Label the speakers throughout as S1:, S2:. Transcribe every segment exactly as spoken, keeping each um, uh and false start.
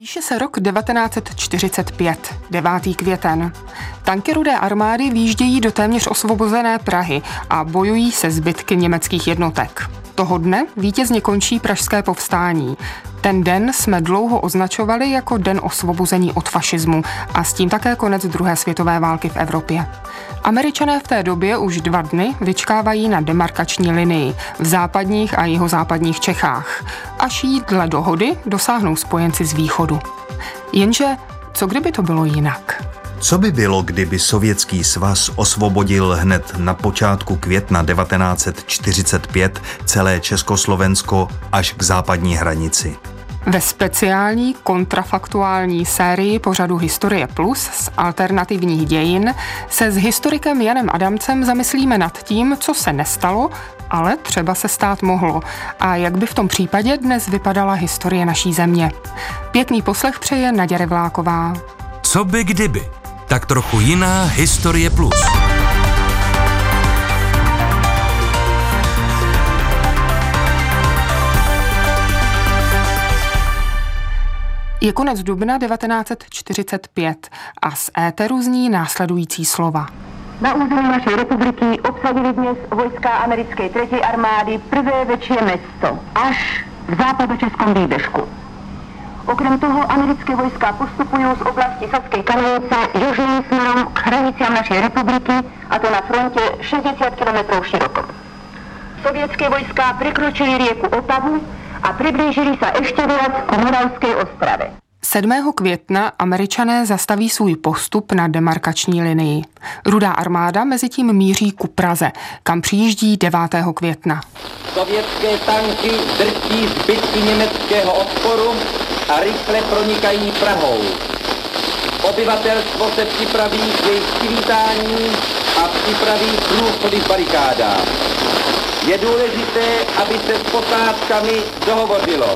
S1: Píše se rok devatenáct set čtyřicet pět, devátý květen. Tanky Rudé armády výjíždějí do téměř osvobozené Prahy a bojují se zbytky německých jednotek. Toho dne vítězně končí pražské povstání. Ten den jsme dlouho označovali jako den osvobození od fašismu a s tím také konec druhé světové války v Evropě. Američané v té době už dva dny vyčkávají na demarkační linii v západních a jihozápadních Čechách. Až jí dle dohody dosáhnou spojenci z východu. Jenže co kdyby to bylo jinak?
S2: Co by bylo, kdyby Sovětský svaz osvobodil hned na počátku května devatenáct set čtyřicet pět celé Československo až k západní hranici?
S1: Ve speciální kontrafaktuální sérii pořadu Historie Plus z alternativních dějin se s historikem Janem Adamcem zamyslíme nad tím, co se nestalo, ale třeba se stát mohlo a jak by v tom případě dnes vypadala historie naší země. Pěkný poslech přeje Naděra Revláková.
S3: Co by kdyby? Tak trochu jiná Historie Plus.
S1: Je konec dubna devatenáct set čtyřicet pět a z éteru zní následující slova.
S4: Na území naší republiky obsadili dnes vojska americké třetí armády prvé väčšie mesto až v západočeskom výbežku. Okrem toho americké vojska postupují z oblasti Saskej Karlovice južným směrem k hraniciam našej republiky, a to na fronte šesťdesiat kilometrov široko. Sovětské vojska překročili rieku Opavu a přiblížili se ještě viac k Moravské Ostrave.
S1: sedmého května Američané zastaví svůj postup na demarkační linii. Rudá armáda mezitím míří ku Praze, kam přijíždí devátého května.
S5: Sovětské tanky drtí zbytky německého odporu a rychle pronikají Prahou. Obyvatelstvo se připraví k jejich přivítání a připraví průchody v barikádách. Je důležité, aby se s posádkami dohovořilo.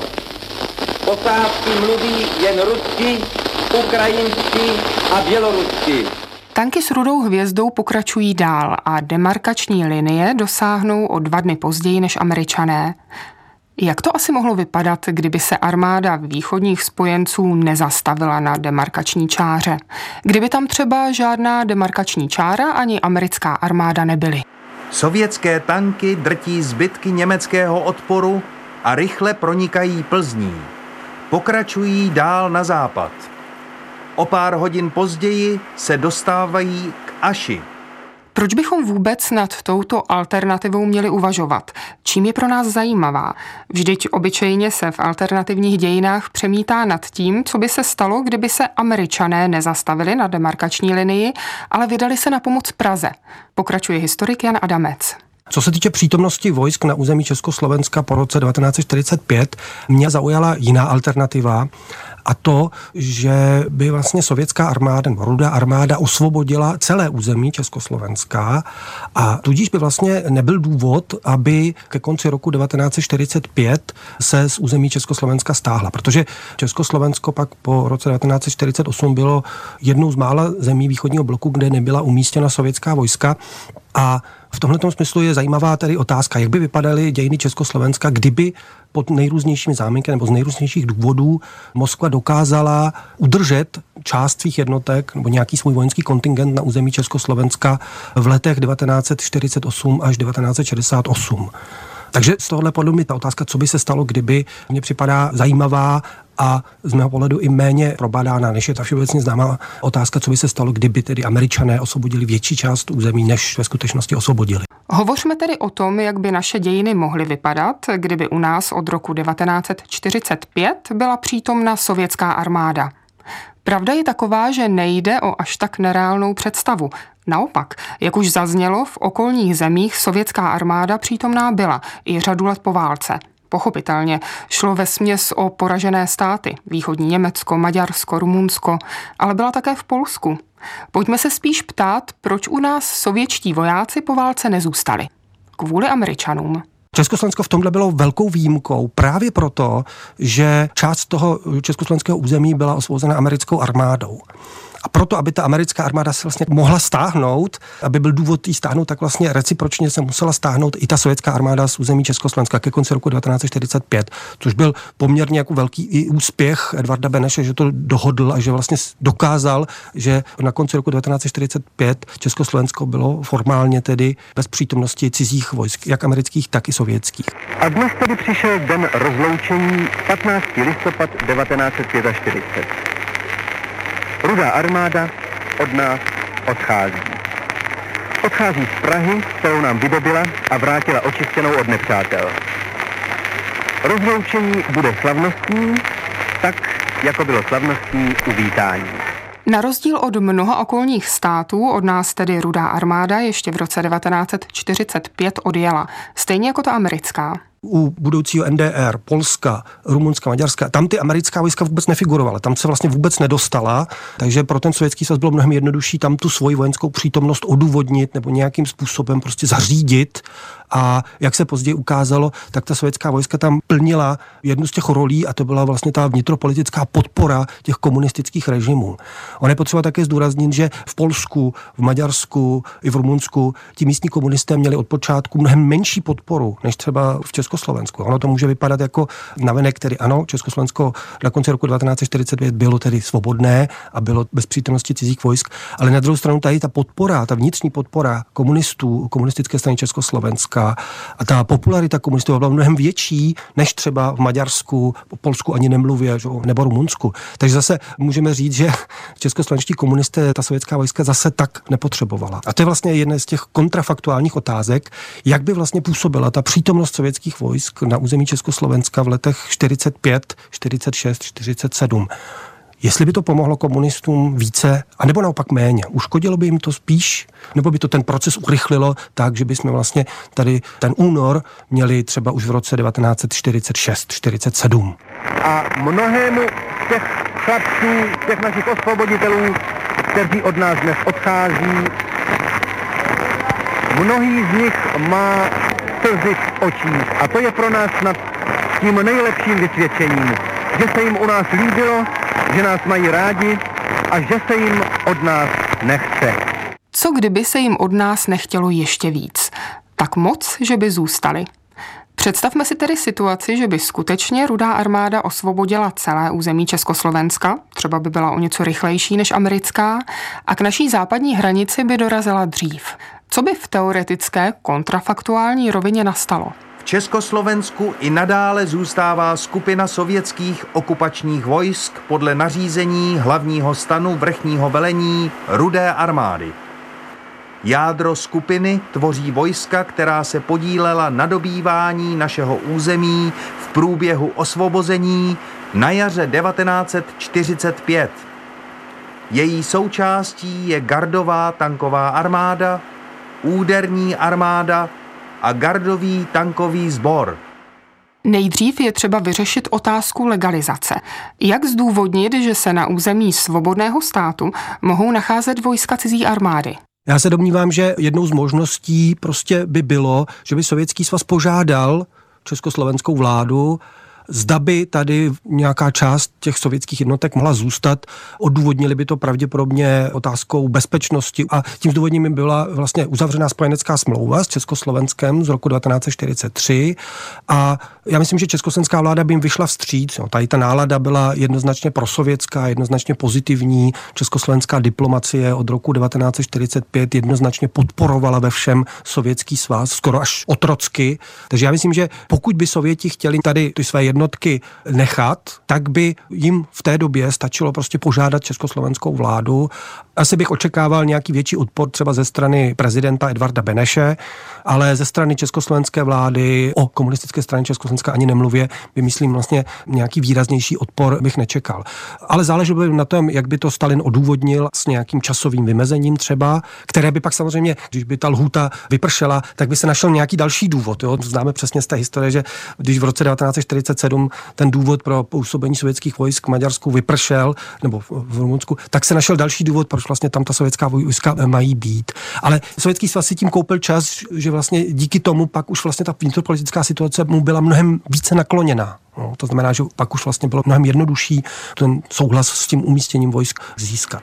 S5: Posádky mluví jen rusky, ukrajinsky a bělorusky.
S1: Tanky s rudou hvězdou pokračují dál a demarkační linie dosáhnou o dva dny později než Američané. Jak to asi mohlo vypadat, kdyby se armáda východních spojenců nezastavila na demarkační čáře? Kdyby tam třeba žádná demarkační čára ani americká armáda nebyly?
S2: Sovětské tanky drtí zbytky německého odporu a rychle pronikají Plzní. Pokračují dál na západ. O pár hodin později se dostávají k Aši.
S1: Proč bychom vůbec nad touto alternativou měli uvažovat? Čím je pro nás zajímavá? Vždyť obyčejně se v alternativních dějinách přemítá nad tím, co by se stalo, kdyby se Američané nezastavili na demarkační linii, ale vydali se na pomoc Praze. Pokračuje historik Jan Adamec.
S6: Co se týče přítomnosti vojsk na území Československa po roce devatenáct set čtyřicet pět, mě zaujala jiná alternativa, a to, že by vlastně sovětská armáda, nebo Rudá armáda osvobodila celé území Československa a tudíž by vlastně nebyl důvod, aby ke konci roku devatenáct set čtyřicet pět se z území Československa stáhla, protože Československo pak po roce devatenáct set čtyřicet osm bylo jednou z mála zemí východního bloku, kde nebyla umístěna sovětská vojska. A v tomhletom smyslu je zajímavá tedy otázka, jak by vypadaly dějiny Československa, kdyby pod nejrůznějšími záminky nebo z nejrůznějších důvodů Moskva dokázala udržet část svých jednotek nebo nějaký svůj vojenský kontingent na území Československa v letech devatenáct set čtyřicet osm až devatenáct set šedesát osm. Takže z tohohle podle mě ta otázka, co by se stalo, kdyby, mně připadá zajímavá a z mého pohledu i méně probadána, než je ta všeobecně známá otázka, co by se stalo, kdyby tedy Američané osvobodili větší část území, než ve skutečnosti osvobodili.
S1: Hovořme tedy o tom, jak by naše dějiny mohly vypadat, kdyby u nás od roku devatenáct set čtyřicet pět byla přítomna sovětská armáda. Pravda je taková, že nejde o až tak nereálnou představu. Naopak, jak už zaznělo, v okolních zemích sovětská armáda přítomná byla i řadu let po válce. Pochopitelně šlo vesměs o poražené státy, východní Německo, Maďarsko, Rumunsko, ale byla také v Polsku. Pojďme se spíš ptát, proč u nás sovětští vojáci po válce nezůstali. Kvůli Američanům.
S6: Československo v tomhle bylo velkou výjimkou právě proto, že část toho československého území byla osvobozena americkou armádou. A proto, aby ta americká armáda se vlastně mohla stáhnout, aby byl důvod jí stáhnout, tak vlastně recipročně se musela stáhnout i ta sovětská armáda z území Československa ke konci roku devatenáct set čtyřicet pět, což byl poměrně jako velký i úspěch Edvarda Beneše, že to dohodl a že vlastně dokázal, že na konci roku devatenáct set čtyřicet pět Československo bylo formálně tedy bez přítomnosti cizích vojsk, jak amerických, tak i sovětských.
S7: A dnes tedy přišel den rozloučení patnáctého listopadu devatenáct set čtyřicet pět. Rudá armáda od nás odchází. Odchází z Prahy, kterou nám vydobila a vrátila očištěnou od nepřátel. Rozloučení bude slavnostní, tak jako bylo slavnostní uvítání.
S1: Na rozdíl od mnoha okolních států od nás tedy Rudá armáda ještě v roce devatenáct set čtyřicet pět odjela, stejně jako ta americká.
S6: U budoucího N D R, Polska, Rumunska, Maďarska, tam ty americká vojska vůbec nefigurovala, tam se vlastně vůbec nedostala, takže pro ten Sovětský svaz bylo mnohem jednodušší tam tu svoji vojenskou přítomnost odůvodnit nebo nějakým způsobem prostě zařídit. A jak se později ukázalo, tak ta sovětská vojska tam plnila jednu z těch rolí a to byla vlastně ta vnitropolitická podpora těch komunistických režimů. On je potřeba také zdůraznit, že v Polsku, v Maďarsku i v Rumunsku ti místní komunisté měli od počátku mnohem menší podporu než třeba v Československu. Ono to může vypadat jako navenek, který ano, Československo na konci roku devatenáct set čtyřicet pět bylo tedy svobodné a bylo bez přítomnosti cizích vojsk, ale na druhou stranu tady ta podpora, ta vnitřní podpora komunistů, komunistické strany Československa a ta popularita komunistů byla mnohem větší než třeba v Maďarsku, v Polsku ani nemluvě, nebo Rumunsku. Takže zase můžeme říct, že českoslovenští komunisté ta sovětská vojska zase tak nepotřebovala. A to je vlastně jedna z těch kontrafaktuálních otázek, jak by vlastně působila ta přítomnost sovětských vojsk na území Československa v letech čtyřicet pět, čtyřicet šest, čtyřicet sedm. Jestli by to pomohlo komunistům více, anebo naopak méně. Uškodilo by jim to spíš, nebo by to ten proces urychlilo tak, že bychom vlastně tady ten únor měli třeba už v roce devatenáct set čtyřicet šest, čtyřicet sedm.
S7: A mnohému z těch chlapců, těch našich osvoboditelů, kteří od nás dnes odchází, mnohý z nich má slzy v očích. A to je pro nás snad tím nejlepším vysvědčením, že se jim u nás líbilo, že nás mají rádi a že se jim od nás nechce.
S1: Co kdyby se jim od nás nechtělo ještě víc? Tak moc, že by zůstali. Představme si tedy situaci, že by skutečně Rudá armáda osvobodila celé území Československa, třeba by byla o něco rychlejší než americká, a k naší západní hranici by dorazila dřív. Co by v teoretické kontrafaktuální rovině nastalo?
S2: V Československu i nadále zůstává skupina sovětských okupačních vojsk podle nařízení hlavního stanu vrchního velení Rudé armády. Jádro skupiny tvoří vojska, která se podílela na dobývání našeho území v průběhu osvobození na jaře devatenáct set čtyřicet pět. Její součástí je gardová tanková armáda, úderní armáda a gardový tankový sbor.
S1: Nejdřív je třeba vyřešit otázku legalizace. Jak zdůvodnit, že se na území svobodného státu mohou nacházet vojska cizí armády?
S6: Já se domnívám, že jednou z možností prostě by bylo, že by Sovětský svaz požádal československou vládu, zda by tady nějaká část těch sovětských jednotek mohla zůstat. Odůvodnili by to pravděpodobně otázkou bezpečnosti a tím zdůvodněním byla vlastně uzavřená spojenecká smlouva s Československem z roku devatenáct set čtyřicet tři a já myslím, že československá vláda by jim vyšla vstříc. No, tady ta nálada byla jednoznačně prosovětská, jednoznačně pozitivní. Československá diplomacie od roku devatenáct set čtyřicet pět jednoznačně podporovala ve všem Sovětský svaz, skoro až otrocky. Takže já myslím, že pokud by Sověti chtěli tady ty své jednotky nechat, tak by jim v té době stačilo prostě požádat československou vládu. Asi bych očekával nějaký větší odpor třeba ze strany prezidenta Edvarda Beneše, ale ze strany československé vlády, o komunistické straně Československa ani nemluvě, by myslím vlastně nějaký výraznější odpor bych nečekal. Ale záleželo by na tom, jak by to Stalin odůvodnil s nějakým časovým vymezením třeba, které by pak samozřejmě, když by ta lhůta vypršela, tak by se našel nějaký další důvod. Jo? Známe přesně z té historie, že když v roce devatenáct set čtyřicet sedm ten důvod pro působení sovětských vojsk v Maďarsku vypršel, nebo v Rumunsku, tak se našel další důvod, proč vlastně tam ta sovětská vojska mají být. Ale Sovětský svaz si tím koupil čas, že vlastně díky tomu pak už vlastně ta vnitropolitická situace mu byla mnohem více nakloněná. No, to znamená, že pak už vlastně bylo mnohem jednodušší ten souhlas s tím umístěním vojsk získat.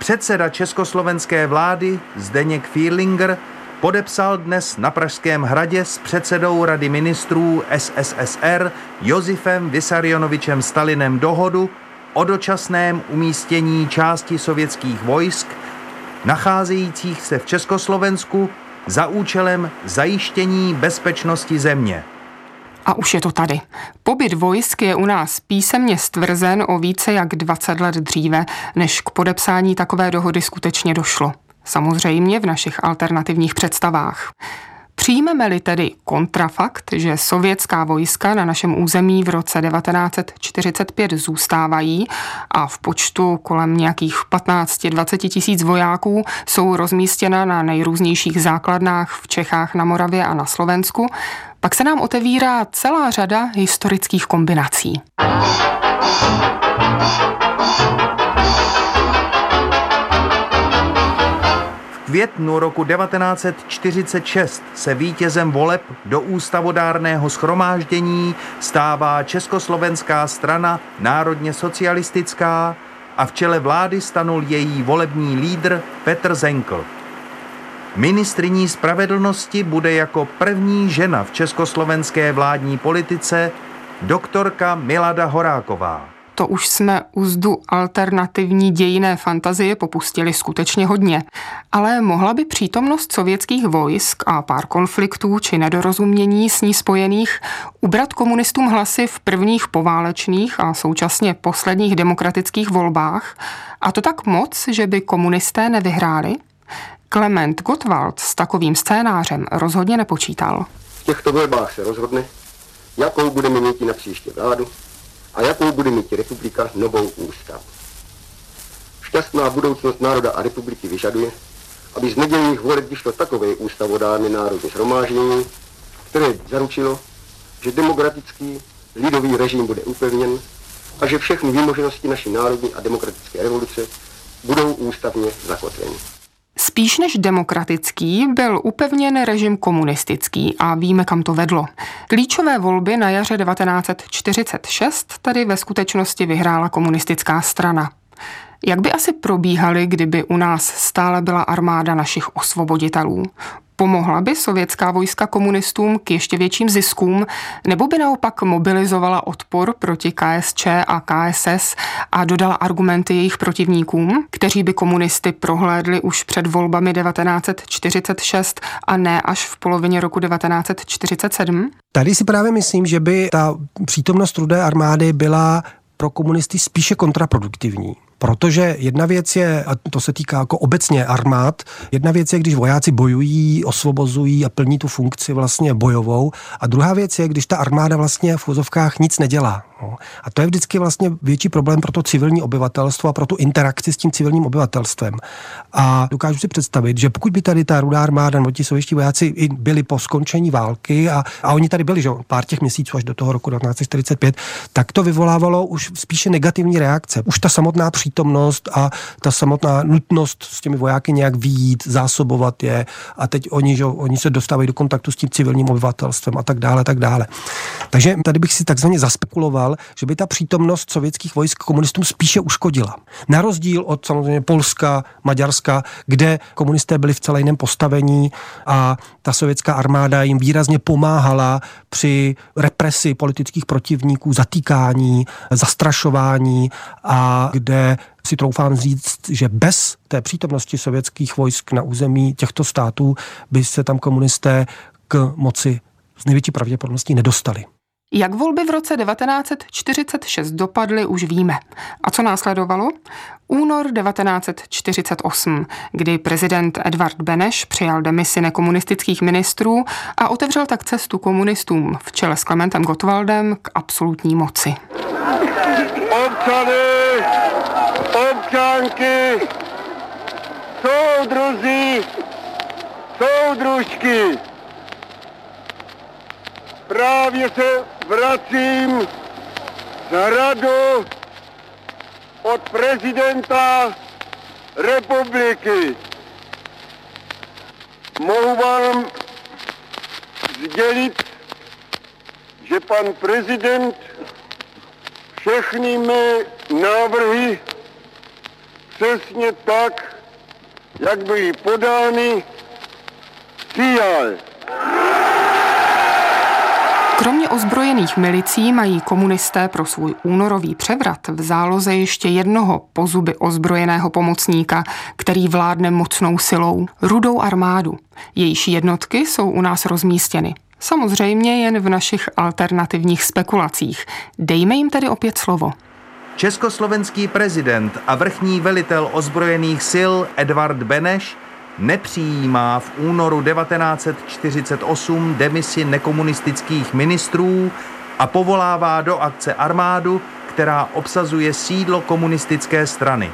S2: Předseda československé vlády Zdeněk Fierlinger podepsal dnes na Pražském hradě s předsedou Rady ministrů S S S R Josifem Vissarionovičem Stalinem dohodu o dočasném umístění části sovětských vojsk nacházejících se v Československu za účelem zajištění bezpečnosti země.
S1: A už je to tady. Pobyt vojsk je u nás písemně stvrzen o více jak dvacet let dříve, než k podepsání takové dohody skutečně došlo. Samozřejmě v našich alternativních představách. Přijmeme-li tedy kontrafakt, že sovětská vojska na našem území v roce devatenáct set čtyřicet pět zůstávají a v počtu kolem nějakých patnáct až dvacet tisíc vojáků jsou rozmístěna na nejrůznějších základnách v Čechách, na Moravě a na Slovensku, pak se nám otevírá celá řada historických kombinací.
S2: V květnu roku devatenáct set čtyřicet šest se vítězem voleb do ústavodárného shromáždění stává Československá strana národně socialistická a v čele vlády stanul její volební lídr Petr Zenkl. Ministryní spravedlnosti bude jako první žena v československé vládní politice doktorka Milada Horáková.
S1: To už jsme uzdu alternativní dějinné fantazie popustili skutečně hodně, ale mohla by přítomnost sovětských vojsk a pár konfliktů či nedorozumění s ní spojených ubrat komunistům hlasy v prvních poválečných a současně posledních demokratických volbách, a to tak moc, že by komunisté nevyhráli? Klement Gottwald s takovým scénářem rozhodně nepočítal.
S8: V těchto volbách se rozhodne, jakou budeme mít na příště vládu a jakou bude mít republika novou ústavu. Šťastná budoucnost národa a republiky vyžaduje, aby z nedělních voleb vyšlo takové ústavodárné národní shromáždění, které zaručilo, že demokratický lidový režim bude upevněn a že všechny výmoženosti naší národní a demokratické revoluce budou ústavně zakotveny.
S1: Spíš než demokratický byl upevněn režim komunistický a víme, kam to vedlo. Klíčové volby na jaře devatenáct set čtyřicet šest tady ve skutečnosti vyhrála komunistická strana. Jak by asi probíhaly, kdyby u nás stále byla armáda našich osvoboditelů? Pomohla by sovětská vojska komunistům k ještě větším ziskům, nebo by naopak mobilizovala odpor proti K S Č a K S S a dodala argumenty jejich protivníkům, kteří by komunisty prohlédli už před volbami devatenáct set čtyřicet šest a ne až v polovině roku devatenáct set čtyřicet sedm?
S6: Tady si právě myslím, že by ta přítomnost Rudé armády byla pro komunisty spíše kontraproduktivní. Protože jedna věc je, a to se týká jako obecně armád, jedna věc je, když vojáci bojují, osvobozují a plní tu funkci vlastně bojovou, a druhá věc je, když ta armáda vlastně v uvozovkách nic nedělá. No. A to je vždycky vlastně větší problém pro to civilní obyvatelstvo a pro tu interakci s tím civilním obyvatelstvem. A dokážu si představit, že pokud by tady ta Rudá armáda nebo ti sovětští vojáci i byli po skončení války a, a oni tady byli, že pár těch měsíců až do toho roku devatenáct set čtyřicet pět, tak to vyvolávalo už spíše negativní reakce. Už ta samotná přítomnost a ta samotná nutnost s těmi vojáky nějak vyjít, zásobovat je, a teď oni, že, oni se dostávají do kontaktu s tím civilním obyvatelstvem a tak dále, tak dále. Takže tady bych si takzvaně zaspekuloval, že by ta přítomnost sovětských vojsk komunistům spíše uškodila. Na rozdíl od samozřejmě Polska, Maďarska, kde komunisté byli v celé jiném postavení a ta sovětská armáda jim výrazně pomáhala při represi politických protivníků, zatýkání, zastrašování, a kde si troufám říct, že bez té přítomnosti sovětských vojsk na území těchto států by se tam komunisté k moci s největší pravděpodobností nedostali.
S1: Jak volby v roce devatenáct set čtyřicet šest dopadly, už víme. A co následovalo? Únor devatenáct set čtyřicet osm, kdy prezident Edvard Beneš přijal demisi nekomunistických ministrů a otevřel tak cestu komunistům v čele s Klementem Gottwaldem k absolutní moci.
S9: Občany, občanky, soudruzi, soudružky, právě se vracím za radu od prezidenta republiky. Mohu vám sdělit, že pan prezident všechny mé návrhy přesně tak, jak byly podány v Cíjale.
S1: Kromě ozbrojených milicí mají komunisté pro svůj únorový převrat v záloze ještě jednoho po zuby ozbrojeného pomocníka, který vládne mocnou silou, Rudou armádu. Jejíž jednotky jsou u nás rozmístěny. Samozřejmě jen v našich alternativních spekulacích. Dejme jim tedy opět slovo.
S2: Československý prezident a vrchní velitel ozbrojených sil Edvard Beneš nepřijímá v únoru devatenáct set čtyřicet osm demisi nekomunistických ministrů a povolává do akce armádu, která obsazuje sídlo komunistické strany.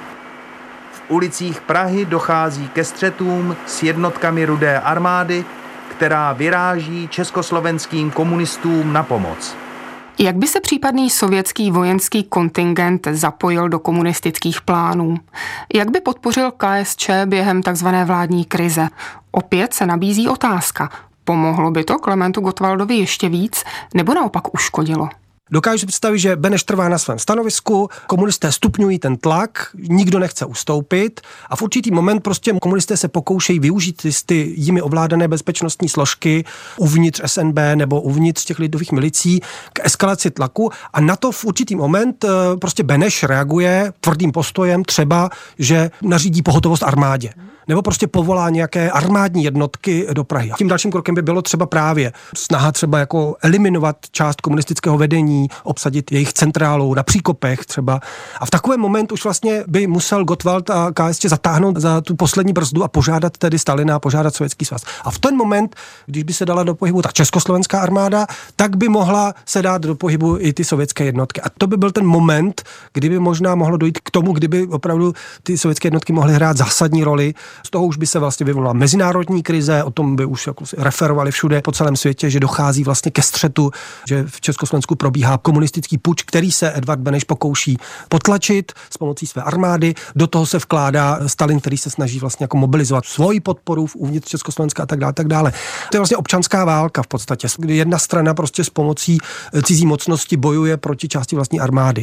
S2: V ulicích Prahy dochází ke střetům s jednotkami Rudé armády, která vyráží československým komunistům na pomoc.
S1: Jak by se případný sovětský vojenský kontingent zapojil do komunistických plánů? Jak by podpořil K S Č během takzvané vládní krize? Opět se nabízí otázka. Pomohlo by to Klementu Gottwaldovi ještě víc, nebo naopak uškodilo?
S6: Dokážu si představit, že Beneš trvá na svém stanovisku, komunisté stupňují ten tlak, nikdo nechce ustoupit a v určitý moment prostě komunisté se pokoušejí využít ty jimi ovládané bezpečnostní složky uvnitř S N B nebo uvnitř těch lidových milicí k eskalaci tlaku a na to v určitý moment prostě Beneš reaguje tvrdým postojem, třeba, že nařídí pohotovost armádě. Nebo prostě povolá nějaké armádní jednotky do Prahy. A tím dalším krokem by bylo třeba právě snaha třeba jako eliminovat část komunistického vedení, obsadit jejich centrálu na Příkopech třeba. A v takovém moment už vlastně by musel Gottwald a K S Č zatáhnout za tu poslední brzdu a požádat tedy Stalina a požádat Sovětský svaz. A v ten moment, když by se dala do pohybu ta československá armáda, tak by mohla se dát do pohybu i ty sovětské jednotky. A to by byl ten moment, kdyby možná mohlo dojít k tomu, kdyby opravdu ty sovětské jednotky mohly hrát zásadní roli. Z toho už by se vlastně vyvolala mezinárodní krize, o tom by už jako referovali všude po celém světě, že dochází vlastně ke střetu, že v Československu probíhá komunistický puč, který se Edvard Beneš pokouší potlačit s pomocí své armády. Do toho se vkládá Stalin, který se snaží vlastně jako mobilizovat svoji podporu v uvnitř Československa a tak dále, tak dále. To je vlastně občanská válka v podstatě, kdy jedna strana prostě s pomocí cizí mocnosti bojuje proti části vlastní armády.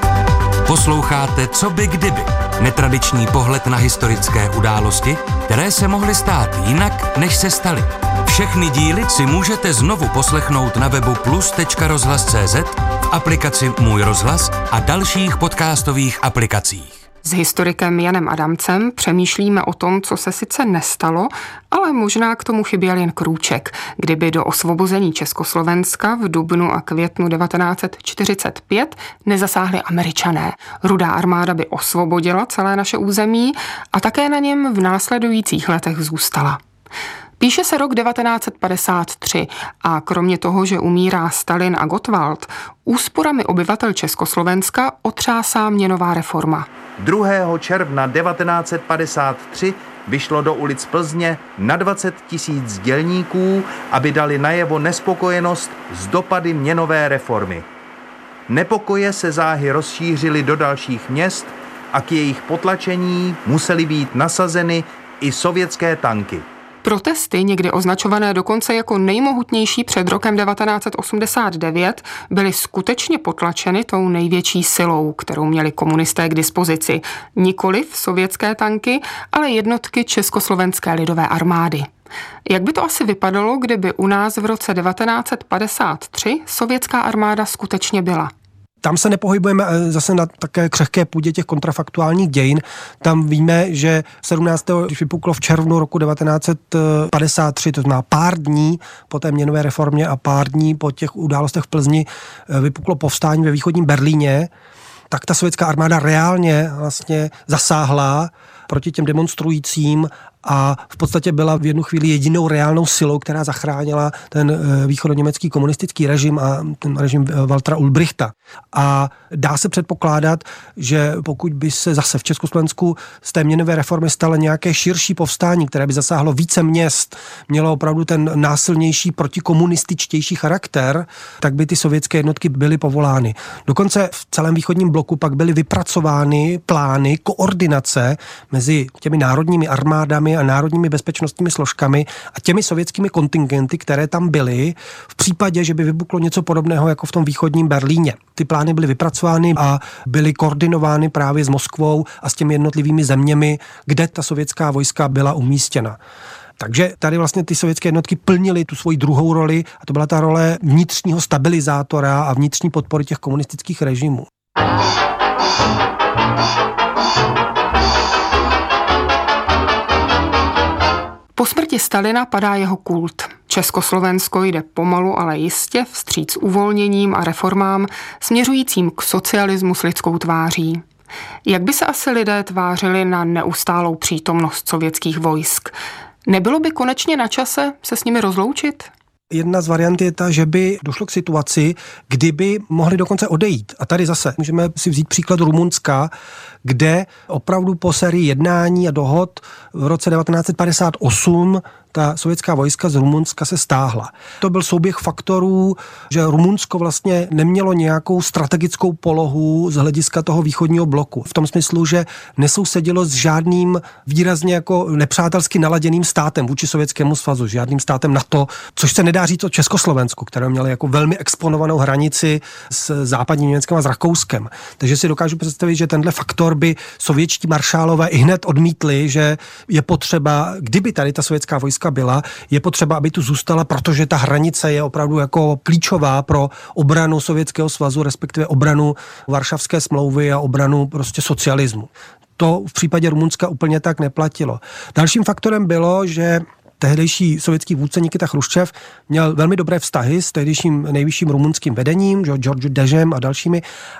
S3: Posloucháte Co by kdyby? Netradiční pohled na historické události, které se mohly stát jinak, než se staly. Všechny díly si můžete znovu poslechnout na webu plus tečka rozhlas tečka cé zet, v aplikaci Můj rozhlas a dalších podcastových aplikacích.
S1: S historikem Janem Adamcem přemýšlíme o tom, co se sice nestalo, ale možná k tomu chyběl jen krůček, kdyby do osvobození Československa v dubnu a květnu devatenáct set čtyřicet pět nezasáhli Američané. Rudá armáda by osvobodila celé naše území a také na něm v následujících letech zůstala. Píše se rok devatenáct set padesát tři a kromě toho, že umírá Stalin a Gottwald, úsporami obyvatel Československa otřásá měnová reforma.
S2: druhého června devatenáct set padesát tři vyšlo do ulic Plzně na dvacet tisíc dělníků, aby dali najevo nespokojenost s dopady měnové reformy. Nepokoje se záhy rozšířily do dalších měst a k jejich potlačení musely být nasazeny i sovětské tanky.
S1: Protesty, někdy označované dokonce jako nejmohutnější před rokem devatenáct set osmdesát devět, byly skutečně potlačeny tou největší silou, kterou měli komunisté k dispozici. Nikoliv sovětské tanky, ale jednotky Československé lidové armády. Jak by to asi vypadalo, kdyby u nás v roce devatenáct set padesát tři sovětská armáda skutečně byla?
S6: Tam se nepohybujeme zase na také křehké půdě těch kontrafaktuálních dějin. Tam víme, že sedmnáctého když vypuklo v červnu roku devatenáct set padesát tři, to znamená pár dní po té měnové reformě a pár dní po těch událostech v Plzni, vypuklo povstání ve východním Berlíně, tak ta sovětská armáda reálně vlastně zasáhla proti těm demonstrujícím a v podstatě byla v jednu chvíli jedinou reálnou silou, která zachránila ten východoněmecký komunistický režim a ten režim Waltera Ulbrichta. A dá se předpokládat, že pokud by se zase v Československu z té měnové reformy stalo nějaké širší povstání, které by zasáhlo více měst, mělo opravdu ten násilnější protikomunističtější charakter, tak by ty sovětské jednotky byly povolány. Dokonce v celém východním bloku pak byly vypracovány plány koordinace mezi těmi národními armádami a národními bezpečnostními složkami a těmi sovětskými kontingenty, které tam byly v případě, že by vypuklo něco podobného jako v tom východním Berlíně. Ty plány byly vypracovány a byly koordinovány právě s Moskvou a s těmi jednotlivými zeměmi, kde ta sovětská vojska byla umístěna. Takže tady vlastně ty sovětské jednotky plnily tu svoji druhou roli a to byla ta role vnitřního stabilizátora a vnitřní podpory těch komunistických režimů.
S1: Po smrti Stalina padá jeho kult. Československo jde pomalu, ale jistě vstříc uvolněním a reformám směřujícím k socialismu s lidskou tváří. Jak by se asi lidé tvářili na neustálou přítomnost sovětských vojsk? Nebylo by konečně na čase se s nimi rozloučit?
S6: Jedna z variant je ta, že by došlo k situaci, kdyby mohli dokonce odejít. A tady zase můžeme si vzít příklad Rumunska, kde opravdu po sérii jednání a dohod v roce devatenáct set padesát osm ta sovětská vojska z Rumunska se stáhla. To byl souběh faktorů, že Rumunsko vlastně nemělo nějakou strategickou polohu z hlediska toho východního bloku. V tom smyslu, že nesousedilo s žádným výrazně jako nepřátelsky naladěným státem vůči Sovětskému svazu, žádným státem NATO, což se nedá říct o Československu, které mělo jako velmi exponovanou hranici s západním Německem a s Rakouskem. Takže si dokážu představit, že tenhle faktor by sovětští maršálové i hned odmítli, že je potřeba, kdyby tady ta sovětská vojska byla, je potřeba, aby tu zůstala, protože ta hranice je opravdu jako klíčová pro obranu Sovětského svazu, respektive obranu Varšavské smlouvy a obranu prostě socialismu. To v případě Rumunska úplně tak neplatilo. Dalším faktorem bylo, že tehdejší sovětský vůdce Nikita Chruščev měl velmi dobré vztahy s tehdejším nejvyšším rumunským vedením, George Dežem a dalšími,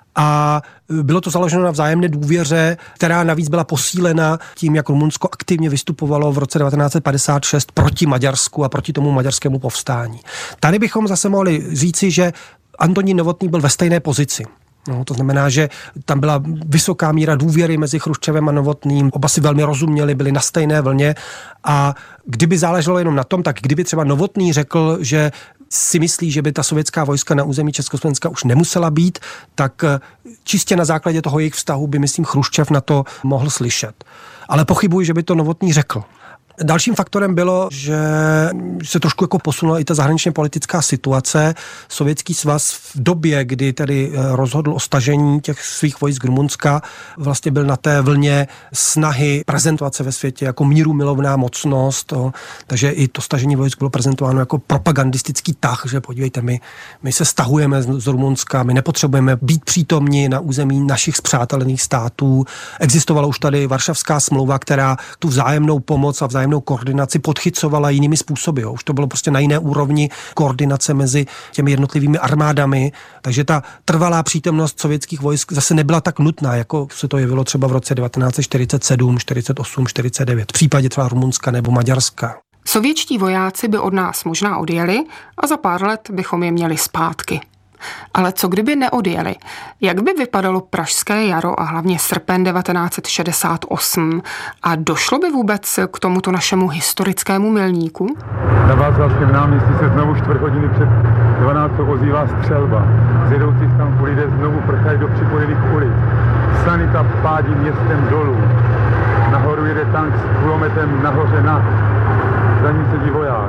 S6: a bylo to založeno na vzájemné důvěře, která navíc byla posílena tím, jak Rumunsko aktivně vystupovalo v roce devatenáct set padesát šest proti Maďarsku a proti tomu maďarskému povstání. Tady bychom zase mohli říci, že Antonín Novotný byl ve stejné pozici. No, to znamená, že tam byla vysoká míra důvěry mezi Chruščevem a Novotným, oba si velmi rozuměli, byli na stejné vlně a kdyby záleželo jenom na tom, tak kdyby třeba Novotný řekl, že si myslí, že by ta sovětská vojska na území Československa už nemusela být, tak čistě na základě toho jejich vztahu by, myslím, Chruščev na to mohl slyšet. Ale pochybuji, že by to Novotný řekl. Dalším faktorem bylo, že se trošku jako posunula i ta zahraničně politická situace. Sovětský svaz v době, kdy tedy rozhodl o stažení těch svých vojsk Rumunska, vlastně byl na té vlně snahy prezentovat se ve světě jako míru milovná mocnost. To, takže i to stažení vojsk bylo prezentováno jako propagandistický tah, že podívejte, my, my se stahujeme z, z Rumunska, my nepotřebujeme být přítomni na území našich spřátelených států. Existovala už tady Varšavská smlouva, která tu vzájemnou pomoc a vzájemnou koordinaci podchycovala jinými způsoby. Jo. Už to bylo prostě na jiné úrovni koordinace mezi těmi jednotlivými armádami, takže ta trvalá přítomnost sovětských vojsk zase nebyla tak nutná, jako se to jevilo třeba v roce devatenáct set čtyřicet sedm, čtyřicet osm, čtyřicet devět, v případě třeba Rumunska nebo Maďarska.
S1: Sovětští vojáci by od nás možná odjeli a za pár let bychom je měli zpátky. Ale co kdyby neodjeli? Jak by vypadalo pražské jaro a hlavně srpen devatenáct set šedesát osm? A došlo by vůbec k tomuto našemu historickému milníku?
S10: Na Václavském náměstí se znovu čtvrt hodiny před dvanáctou ozývá střelba. Z jedoucích tanků lidé znovu prchají do připojených ulic. Sanita pádí městem dolů. Nahoru jede tank s kulometem nahoře na. Za ním sedí voják.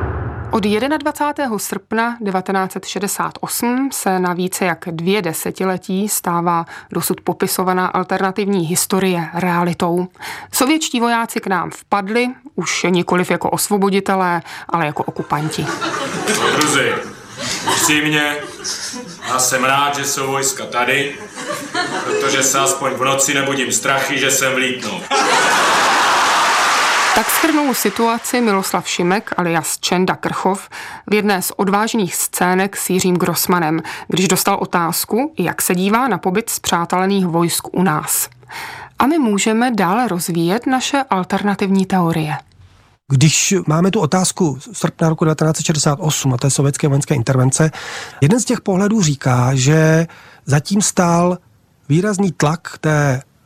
S1: Od dvacátého prvního srpna devatenáct set šedesát osm se na více jak dvě desetiletí stává dosud popisovaná alternativní historie realitou. Sovětští vojáci k nám vpadli, už nikoliv jako osvoboditelé, ale jako okupanti.
S11: Druzi, upřímně, já jsem rád, že jsou vojska tady, protože se aspoň v noci nebudím strachy, že sem vlítnou.
S1: Tak shrnul situaci Miloslav Šimek alias Čenda Krchov v jedné z odvážných scének s Jiřím Grossmanem, když dostal otázku, jak se dívá na pobyt spřátelených vojsk u nás. A my můžeme dále rozvíjet naše alternativní teorie.
S6: Když máme tu otázku srpna roku devatenáct set šedesát osm a té sovětské vojenské intervence, jeden z těch pohledů říká, že zatím stál výrazný tlak té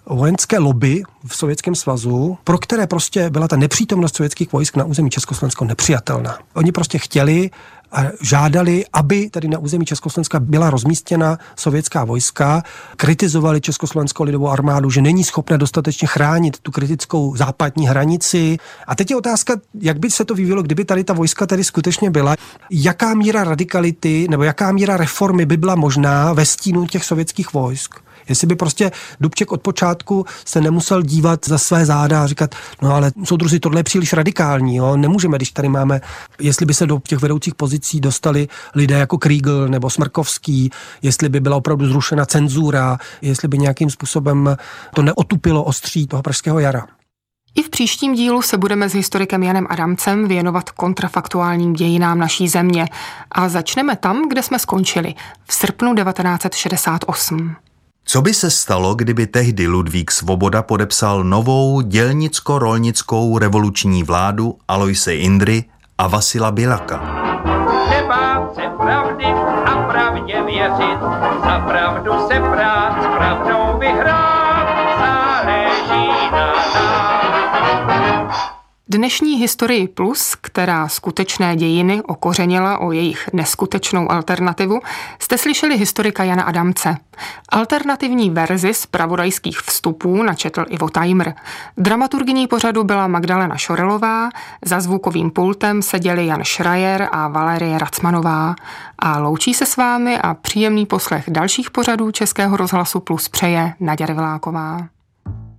S6: vojenské lobby v Sovětském svazu, pro které prostě byla ta nepřítomnost sovětských vojsk na území Československa nepřijatelná. Oni prostě chtěli a žádali, aby tady na území Československa byla rozmístěna sovětská vojska, kritizovali Československou lidovou armádu, že není schopna dostatečně chránit tu kritickou západní hranici. A teď je otázka, jak by se to vyvíjelo, kdyby tady ta vojska tady skutečně byla, jaká míra radikality nebo jaká míra reformy by byla možná ve stínu těch sovětských vojsk. Jestli by prostě Dubček od počátku se nemusel dívat za své záda a říkat, no ale soudruzi, tohle je příliš radikální, jo? Nemůžeme, když tady máme, jestli by se do těch vedoucích pozicí dostali lidé jako Kriegl nebo Smrkovský, jestli by byla opravdu zrušena cenzura, jestli by nějakým způsobem to neotupilo ostří toho pražského jara.
S1: I v příštím dílu se budeme s historikem Janem Adamcem věnovat kontrafaktuálním dějinám naší země a začneme tam, kde jsme skončili, v srpnu devatenáct set šedesát osm.
S2: Co by se stalo, kdyby tehdy Ludvík Svoboda podepsal novou dělnicko-rolnickou revoluční vládu Aloise Indry a Vasila Biľaka?
S12: Nebát se pravdy a pravdě věřit, za pravdu se prát, s pravdou vyhrát, záleží na nás.
S1: Dnešní Historii Plus, která skutečné dějiny okořenila o jejich neskutečnou alternativu, jste slyšeli historika Jana Adamce. Alternativní verzi z pravodajských vstupů načetl Ivo Tajmr. Dramaturgyní pořadu byla Magdalena Šorelová, za zvukovým pultem seděli Jan Schreier a Valerie Racmanová. A loučí se s vámi a příjemný poslech dalších pořadů Českého rozhlasu Plus přeje Naďa Rivláková.